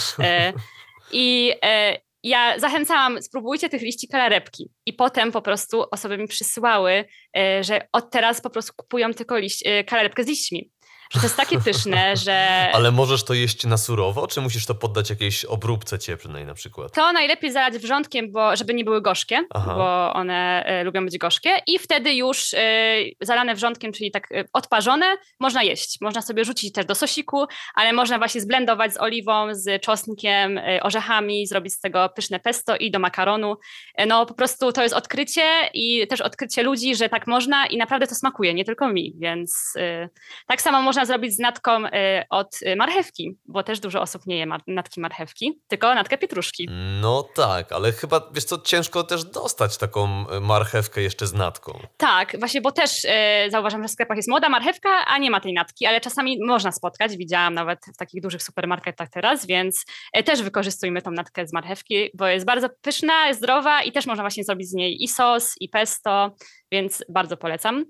Ja zachęcałam, spróbujcie tych liści kalarepki. I potem po prostu osoby mi przysyłały, że od teraz po prostu kupują tylko kalarepkę z liśćmi. Że to jest takie pyszne, że... Ale możesz to jeść na surowo, czy musisz to poddać jakiejś obróbce cieplnej na przykład? To najlepiej zalać wrzątkiem, żeby nie były gorzkie, bo one lubią być gorzkie. I wtedy już zalane wrzątkiem, czyli tak odparzone, można jeść. Można sobie rzucić też do sosiku, ale można właśnie zblendować z oliwą, z czosnkiem, orzechami, zrobić z tego pyszne pesto i do makaronu. No po prostu to jest odkrycie i też odkrycie ludzi, że tak można i naprawdę to smakuje, nie tylko mi, więc tak samo można zrobić z natką od marchewki, bo też dużo osób nie je natki marchewki, tylko natkę pietruszki. No tak, ale chyba, wiesz co, ciężko też dostać taką marchewkę jeszcze z natką. Tak, właśnie, bo też zauważam, że w sklepach jest młoda marchewka, a nie ma tej natki, ale czasami można spotkać, widziałam nawet w takich dużych supermarketach teraz, więc też wykorzystujmy tą natkę z marchewki, bo jest bardzo pyszna, jest zdrowa i też można właśnie zrobić z niej i sos, i pesto, więc bardzo polecam.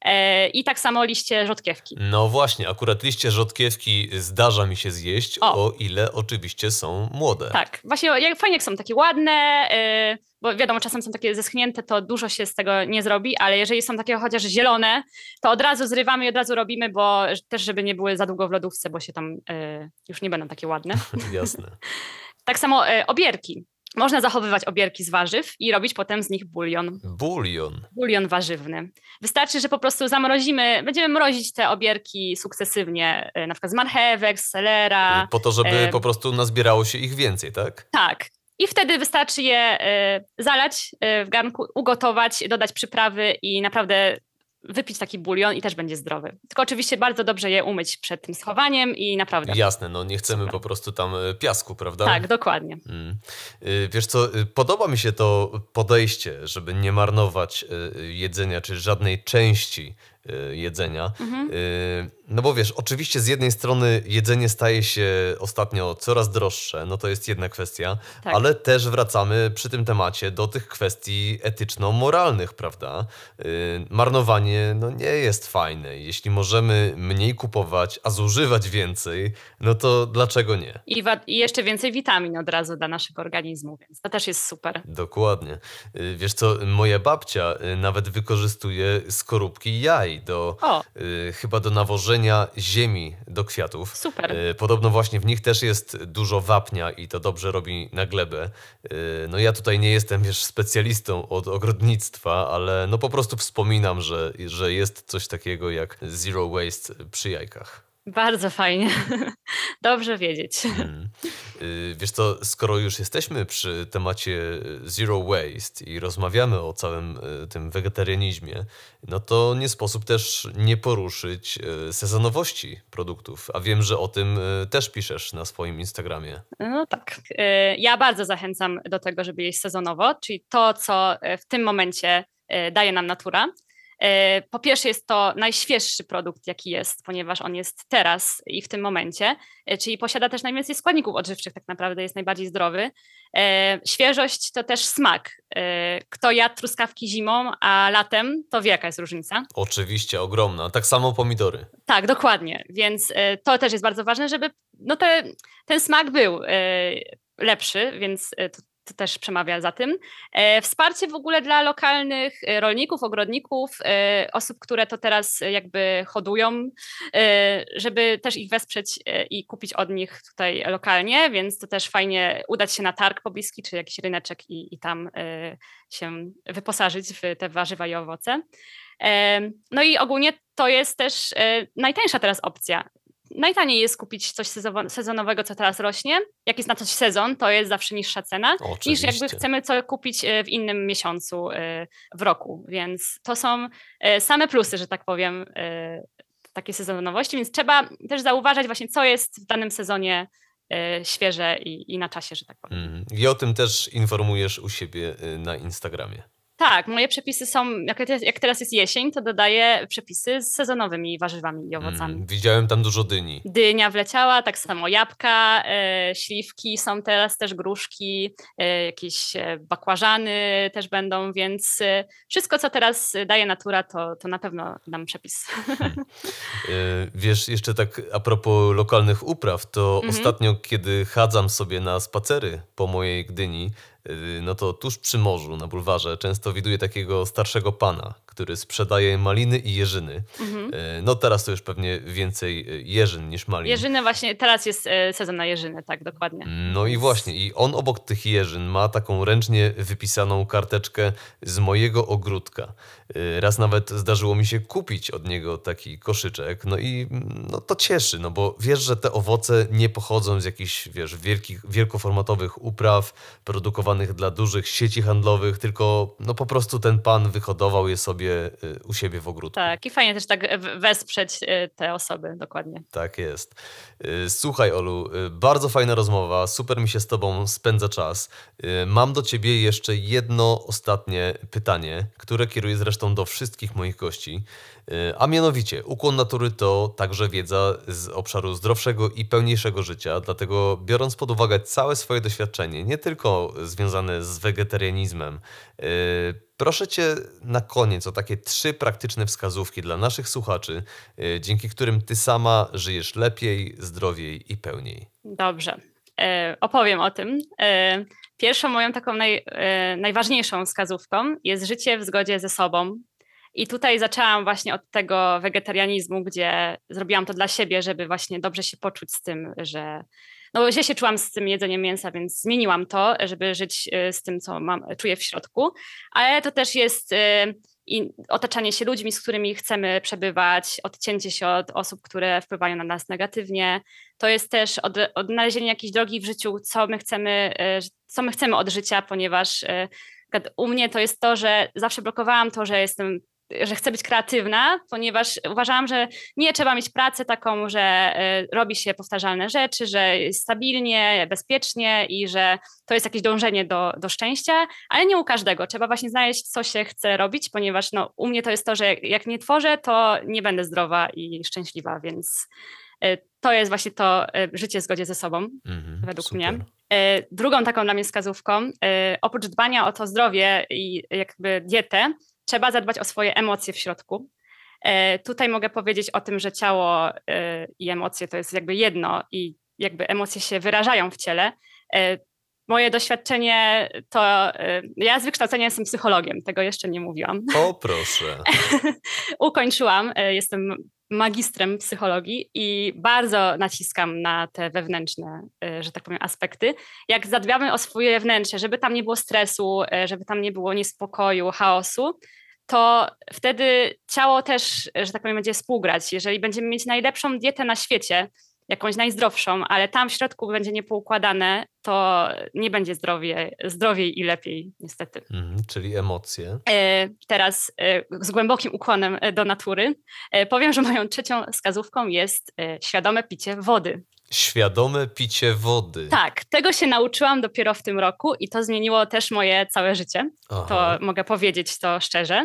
I tak samo liście rzodkiewki. No właśnie, akurat liście rzodkiewki zdarza mi się zjeść, o ile oczywiście są młode. Tak, właśnie fajnie jak są takie ładne, bo wiadomo, czasem są takie zeschnięte, to dużo się z tego nie zrobi, ale jeżeli są takie chociaż zielone, to od razu zrywamy i od razu robimy, bo też żeby nie były za długo w lodówce, bo się tam już nie będą takie ładne. Jasne. Tak samo obierki. Można zachowywać obierki z warzyw i robić potem z nich bulion. Bulion warzywny. Wystarczy, że po prostu będziemy mrozić te obierki sukcesywnie, na przykład z marchewek, z selera. Po to, żeby po prostu nazbierało się ich więcej, tak? Tak. I wtedy wystarczy je zalać w garnku, ugotować, dodać przyprawy i naprawdę wypić taki bulion i też będzie zdrowy. Tylko oczywiście bardzo dobrze je umyć przed tym schowaniem i naprawdę. Jasne, no nie chcemy po prostu tam piasku, prawda? Tak, dokładnie. Wiesz co, podoba mi się to podejście, żeby nie marnować jedzenia, czy żadnej części jedzenia. No bo wiesz, oczywiście z jednej strony jedzenie staje się ostatnio coraz droższe, no to jest jedna kwestia, tak. Ale też wracamy przy tym temacie do tych kwestii etyczno-moralnych, prawda? Marnowanie no nie jest fajne. Jeśli możemy mniej kupować, a zużywać więcej, no to dlaczego nie? I jeszcze więcej witamin od razu dla naszego organizmu, więc to też jest super. Dokładnie. Wiesz co, moja babcia nawet wykorzystuje skorupki jaj klej chyba do nawożenia ziemi do kwiatów. Super. Podobno właśnie w nich też jest dużo wapnia i to dobrze robi na glebę. No ja tutaj nie jestem, specjalistą od ogrodnictwa, ale no po prostu wspominam, że jest coś takiego jak zero waste przy jajkach. Bardzo fajnie. Dobrze wiedzieć. Wiesz co, skoro już jesteśmy przy temacie zero waste i rozmawiamy o całym tym wegetarianizmie, no to nie sposób też nie poruszyć sezonowości produktów. A wiem, że o tym też piszesz na swoim Instagramie. No tak. Ja bardzo zachęcam do tego, żeby jeść sezonowo, czyli to, co w tym momencie daje nam natura. Po pierwsze jest to najświeższy produkt, jaki jest, ponieważ on jest teraz i w tym momencie, czyli posiada też najwięcej składników odżywczych, tak naprawdę jest najbardziej zdrowy. Świeżość to też smak. Kto jadł truskawki zimą, a latem, to wie, jaka jest różnica. Oczywiście, ogromna. Tak samo pomidory. Tak, dokładnie. Więc to też jest bardzo ważne, żeby ten smak był lepszy, więc to też przemawia za tym. Wsparcie w ogóle dla lokalnych rolników, ogrodników, osób, które to teraz jakby hodują, żeby też ich wesprzeć i kupić od nich tutaj lokalnie, więc to też fajnie udać się na targ pobliski, czy jakiś ryneczek i tam się wyposażyć w te warzywa i owoce. No i ogólnie to jest też najtańsza teraz opcja. Najtaniej jest kupić coś sezonowego, co teraz rośnie. Jak jest na coś sezon, to jest zawsze niższa cena, niż jakby chcemy co kupić w innym miesiącu w roku. Więc to są same plusy, że tak powiem, takiej sezonowości. Więc trzeba też zauważać właśnie, co jest w danym sezonie świeże i na czasie, że tak powiem. I o tym też informujesz u siebie na Instagramie. Tak, moje przepisy są, jak teraz jest jesień, to dodaję przepisy z sezonowymi warzywami i owocami. Widziałem tam dużo dyni. Dynia wleciała, tak samo jabłka, śliwki są teraz, też gruszki, jakieś bakłażany też będą, więc wszystko, co teraz daje natura, to na pewno dam przepis. Wiesz, jeszcze tak a propos lokalnych upraw, to ostatnio, kiedy chadzam sobie na spacery po mojej Gdyni, no to tuż przy morzu, na bulwarze, często widuję takiego starszego pana, który sprzedaje maliny i jeżyny. No teraz to już pewnie więcej jeżyn niż malin. Jeżyny właśnie, teraz jest sezon na jeżyny, tak, dokładnie. No i właśnie, i on obok tych jeżyn ma taką ręcznie wypisaną karteczkę z mojego ogródka. Raz nawet zdarzyło mi się kupić od niego taki koszyczek, no i no to cieszy, no bo wiesz, że te owoce nie pochodzą z jakichś, wielkoformatowych upraw, produkowanych dla dużych sieci handlowych, tylko no po prostu ten pan wyhodował je sobie u siebie w ogródku. Tak, i fajnie też tak wesprzeć te osoby, dokładnie. Tak jest. Słuchaj, Olu, bardzo fajna rozmowa, super mi się z tobą spędza czas. Mam do ciebie jeszcze jedno ostatnie pytanie, które kieruję zresztą do wszystkich moich gości, a mianowicie ukłon natury to także wiedza z obszaru zdrowszego i pełniejszego życia, dlatego biorąc pod uwagę całe swoje doświadczenie, nie tylko związane z wegetarianizmem, proszę cię na koniec o takie 3 praktyczne wskazówki dla naszych słuchaczy, dzięki którym ty sama żyjesz lepiej, zdrowiej i pełniej. Dobrze, opowiem o tym. Pierwszą moją taką najważniejszą wskazówką jest życie w zgodzie ze sobą. I tutaj zaczęłam właśnie od tego wegetarianizmu, gdzie zrobiłam to dla siebie, żeby właśnie dobrze się poczuć z tym, że no źle się czułam z tym jedzeniem mięsa, więc zmieniłam to, żeby żyć z tym, co czuję w środku. Ale to też jest i otaczanie się ludźmi, z którymi chcemy przebywać, odcięcie się od osób, które wpływają na nas negatywnie. To jest też odnalezienie jakiejś drogi w życiu, co my chcemy od życia, ponieważ u mnie to jest to, że zawsze blokowałam to, że chcę być kreatywna, ponieważ uważałam, że nie trzeba mieć pracę taką, że robi się powtarzalne rzeczy, że jest stabilnie, bezpiecznie i że to jest jakieś dążenie do szczęścia, ale nie u każdego. Trzeba właśnie znaleźć, co się chce robić, ponieważ no, u mnie to jest to, że jak nie tworzę, to nie będę zdrowa i szczęśliwa, więc to jest właśnie to życie w zgodzie ze sobą, według mnie. Drugą taką dla mnie wskazówką, oprócz dbania o to zdrowie i jakby dietę, trzeba zadbać o swoje emocje w środku. Tutaj mogę powiedzieć o tym, że ciało i emocje to jest jakby jedno i jakby emocje się wyrażają w ciele. Moje doświadczenie to... Ja z wykształcenia jestem psychologiem, tego jeszcze nie mówiłam. O, proszę. Ukończyłam, jestem magistrem psychologii i bardzo naciskam na te wewnętrzne, że tak powiem, aspekty. Jak zadbamy o swoje wnętrze, żeby tam nie było stresu, żeby tam nie było niespokoju, chaosu, to wtedy ciało też, że tak powiem, będzie współgrać. Jeżeli będziemy mieć najlepszą dietę na świecie, jakąś najzdrowszą, ale tam w środku będzie niepoukładane, to nie będzie zdrowiej i lepiej, niestety. Czyli emocje. Teraz z głębokim ukłonem do natury powiem, że moją trzecią wskazówką jest świadome picie wody. Świadome picie wody. Tak, tego się nauczyłam dopiero w tym roku i to zmieniło też moje całe życie. Aha. To mogę powiedzieć to szczerze.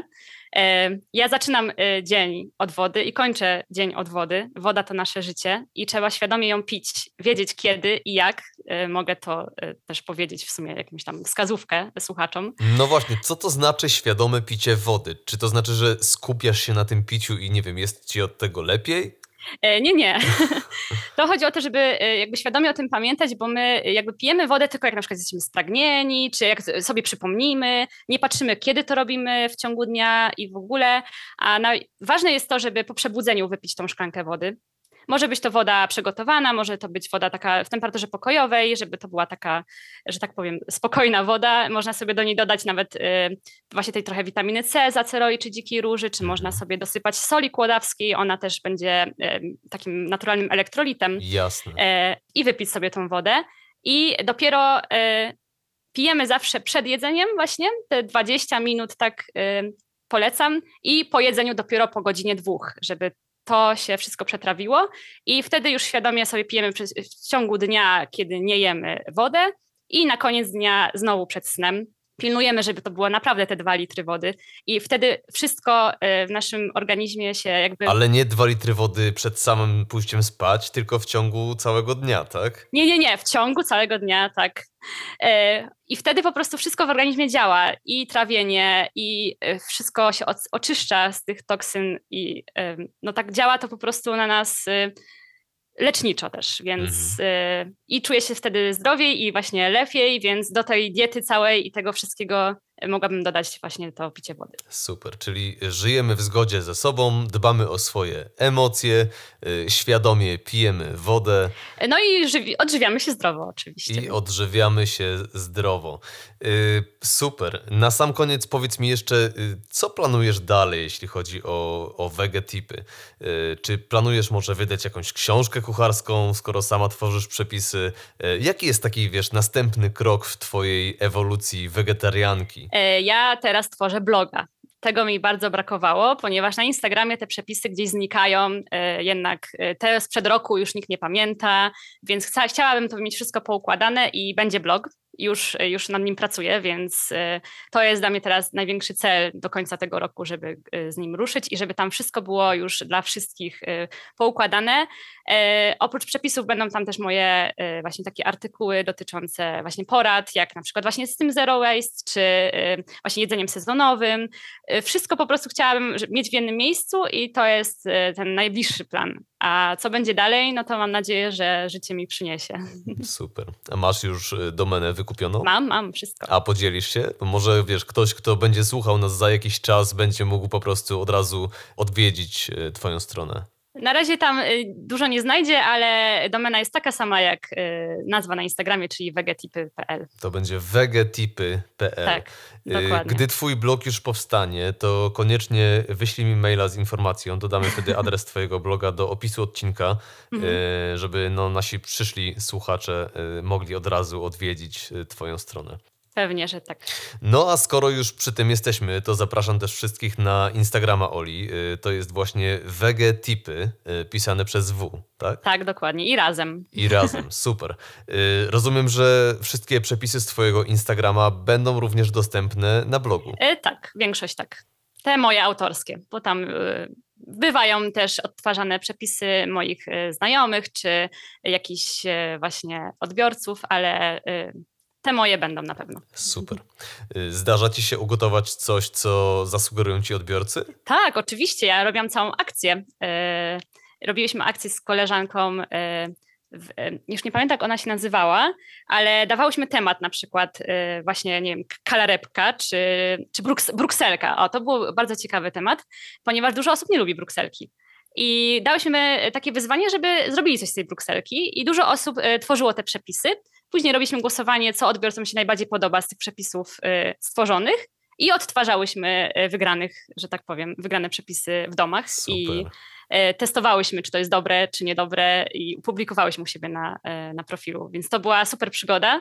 Ja zaczynam dzień od wody i kończę dzień od wody. Woda to nasze życie i trzeba świadomie ją pić, wiedzieć kiedy i jak. Mogę to też powiedzieć w sumie jakąś tam wskazówkę słuchaczom. No właśnie, co to znaczy świadome picie wody? Czy to znaczy, że skupiasz się na tym piciu i nie wiem, jest ci od tego lepiej? Nie. To chodzi o to, żeby jakby świadomie o tym pamiętać, bo my jakby pijemy wodę tylko jak na przykład jesteśmy spragnieni, czy jak sobie przypomnimy, nie patrzymy kiedy to robimy w ciągu dnia i w ogóle, a ważne jest to, żeby po przebudzeniu wypić tą szklankę wody. Może być to woda przygotowana, może to być woda taka w temperaturze pokojowej, żeby to była taka, że tak powiem, spokojna woda. Można sobie do niej dodać nawet właśnie tej trochę witaminy C z aceroi czy dzikiej róży, czy można sobie dosypać soli kłodawskiej, ona też będzie takim naturalnym elektrolitem. Jasne. I wypić sobie tą wodę. I dopiero pijemy zawsze przed jedzeniem właśnie, te 20 minut tak polecam i po jedzeniu dopiero po godzinie 2, żeby to się wszystko przetrawiło i wtedy już świadomie sobie pijemy w ciągu dnia, kiedy nie jemy, wodę i na koniec dnia znowu przed snem. Pilnujemy, żeby to było naprawdę te 2 litry wody i wtedy wszystko w naszym organizmie się jakby... Ale nie 2 litry wody przed samym pójściem spać, tylko w ciągu całego dnia, tak? Nie, w ciągu całego dnia, tak. I wtedy po prostu wszystko w organizmie działa i trawienie i wszystko się oczyszcza z tych toksyn i no tak działa to po prostu na nas leczniczo też, więc i czuję się wtedy zdrowiej i właśnie lepiej, więc do tej diety całej i tego wszystkiego mogłabym dodać właśnie to picie wody. Super, czyli żyjemy w zgodzie ze sobą, dbamy o swoje emocje, świadomie pijemy wodę. No i odżywiamy się zdrowo oczywiście. I odżywiamy się zdrowo. Super. Na sam koniec powiedz mi jeszcze, co planujesz dalej, jeśli chodzi o wegetipy? Czy planujesz może wydać jakąś książkę kucharską, skoro sama tworzysz przepisy? Jaki jest taki, następny krok w twojej ewolucji wegetarianki? Ja teraz tworzę bloga. Tego mi bardzo brakowało, ponieważ na Instagramie te przepisy gdzieś znikają, jednak te sprzed roku już nikt nie pamięta, więc chciałabym to mieć wszystko poukładane i będzie blog. Już nad nim pracuję, więc to jest dla mnie teraz największy cel do końca tego roku, żeby z nim ruszyć i żeby tam wszystko było już dla wszystkich poukładane. Oprócz przepisów będą tam też moje właśnie takie artykuły dotyczące właśnie porad, jak na przykład właśnie z tym zero waste, czy właśnie jedzeniem sezonowym. Wszystko po prostu chciałabym mieć w jednym miejscu i to jest ten najbliższy plan. A co będzie dalej, no to mam nadzieję, że życie mi przyniesie. Super. A masz już domenę wykupioną? Mam wszystko. A podzielisz się? Bo może ktoś, kto będzie słuchał nas za jakiś czas, będzie mógł po prostu od razu odwiedzić twoją stronę. Na razie tam dużo nie znajdzie, ale domena jest taka sama jak nazwa na Instagramie, czyli vegetipy.pl. To będzie vegetipy.pl. Tak, dokładnie. Gdy twój blog już powstanie, to koniecznie wyślij mi maila z informacją. Dodamy wtedy adres twojego bloga do opisu odcinka, żeby nasi przyszli słuchacze mogli od razu odwiedzić twoją stronę. Pewnie, że tak. No a skoro już przy tym jesteśmy, to zapraszam też wszystkich na Instagrama Oli. To jest właśnie vegetipy, pisane przez W, tak? Tak, dokładnie. I razem. I razem, super. Rozumiem, że wszystkie przepisy z twojego Instagrama będą również dostępne na blogu. Tak, większość tak. Te moje autorskie, bo tam bywają też odtwarzane przepisy moich znajomych, czy jakichś właśnie odbiorców, ale... Te moje będą na pewno. Super. Zdarza ci się ugotować coś, co zasugerują ci odbiorcy? Tak, oczywiście. Ja robiłam całą akcję. Robiliśmy akcję z koleżanką już nie pamiętam, jak ona się nazywała, ale dawałyśmy temat, na przykład właśnie, nie wiem, kalarepka czy brukselka. O, to był bardzo ciekawy temat, ponieważ dużo osób nie lubi brukselki. I dałyśmy takie wyzwanie, żeby zrobili coś z tej brukselki i dużo osób tworzyło te przepisy. Później robiliśmy głosowanie, co odbiorcom się najbardziej podoba z tych przepisów stworzonych i odtwarzałyśmy wygrane przepisy w domach. Super. I testowałyśmy, czy to jest dobre, czy niedobre i publikowałyśmy u siebie na profilu. Więc to była super przygoda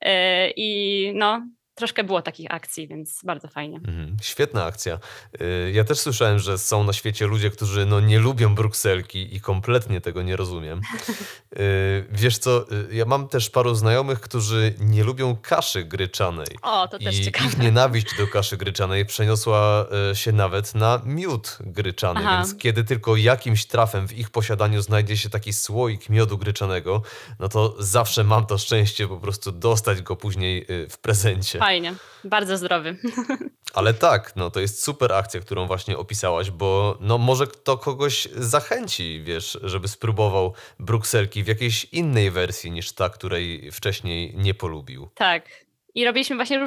i troszkę było takich akcji, więc bardzo fajnie. Świetna akcja. Ja też słyszałem, że są na świecie ludzie, którzy nie lubią brukselki i kompletnie tego nie rozumiem. Wiesz co, ja mam też paru znajomych, którzy nie lubią kaszy gryczanej. O, to też ciekawe. Ich nienawiść do kaszy gryczanej przeniosła się nawet na miód gryczany, więc kiedy tylko jakimś trafem w ich posiadaniu znajdzie się taki słoik miodu gryczanego, no to zawsze mam to szczęście po prostu dostać go później w prezencie. Fajnie, bardzo zdrowy. Ale tak, to jest super akcja, którą właśnie opisałaś, bo może to kogoś zachęci, wiesz, żeby spróbował brukselki w jakiejś innej wersji niż ta, której wcześniej nie polubił. Tak. I robiliśmy właśnie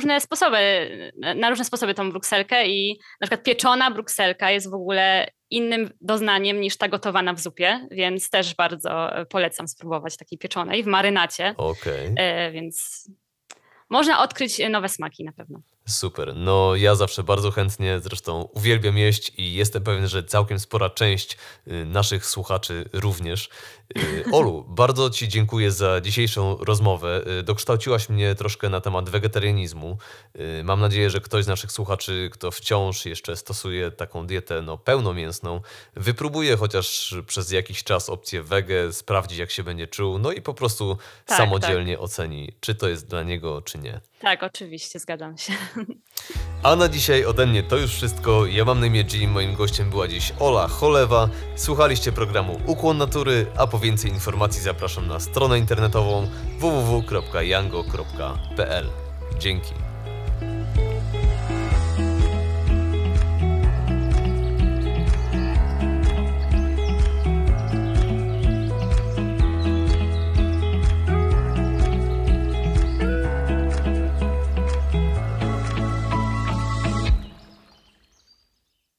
na różne sposoby tą brukselkę i na przykład pieczona brukselka jest w ogóle innym doznaniem niż ta gotowana w zupie, więc też bardzo polecam spróbować takiej pieczonej w marynacie. Okej. Więc można odkryć nowe smaki na pewno. Super. Ja zawsze bardzo chętnie, zresztą uwielbiam jeść i jestem pewien, że całkiem spora część naszych słuchaczy również. Olu, bardzo Ci dziękuję za dzisiejszą rozmowę. Dokształciłaś mnie troszkę na temat wegetarianizmu. Mam nadzieję, że ktoś z naszych słuchaczy, kto wciąż jeszcze stosuje taką dietę pełnomięsną, wypróbuje chociaż przez jakiś czas opcję wege, sprawdzi jak się będzie czuł, i po prostu samodzielnie oceni, czy to jest dla niego, czy nie. Tak, oczywiście, zgadzam się. A na dzisiaj ode mnie to już wszystko. Ja mam na imię Jim, moim gościem była dziś Ola Cholewa. Słuchaliście programu Ukłon Natury, a po więcej informacji zapraszam na stronę internetową www.yango.pl. Dzięki.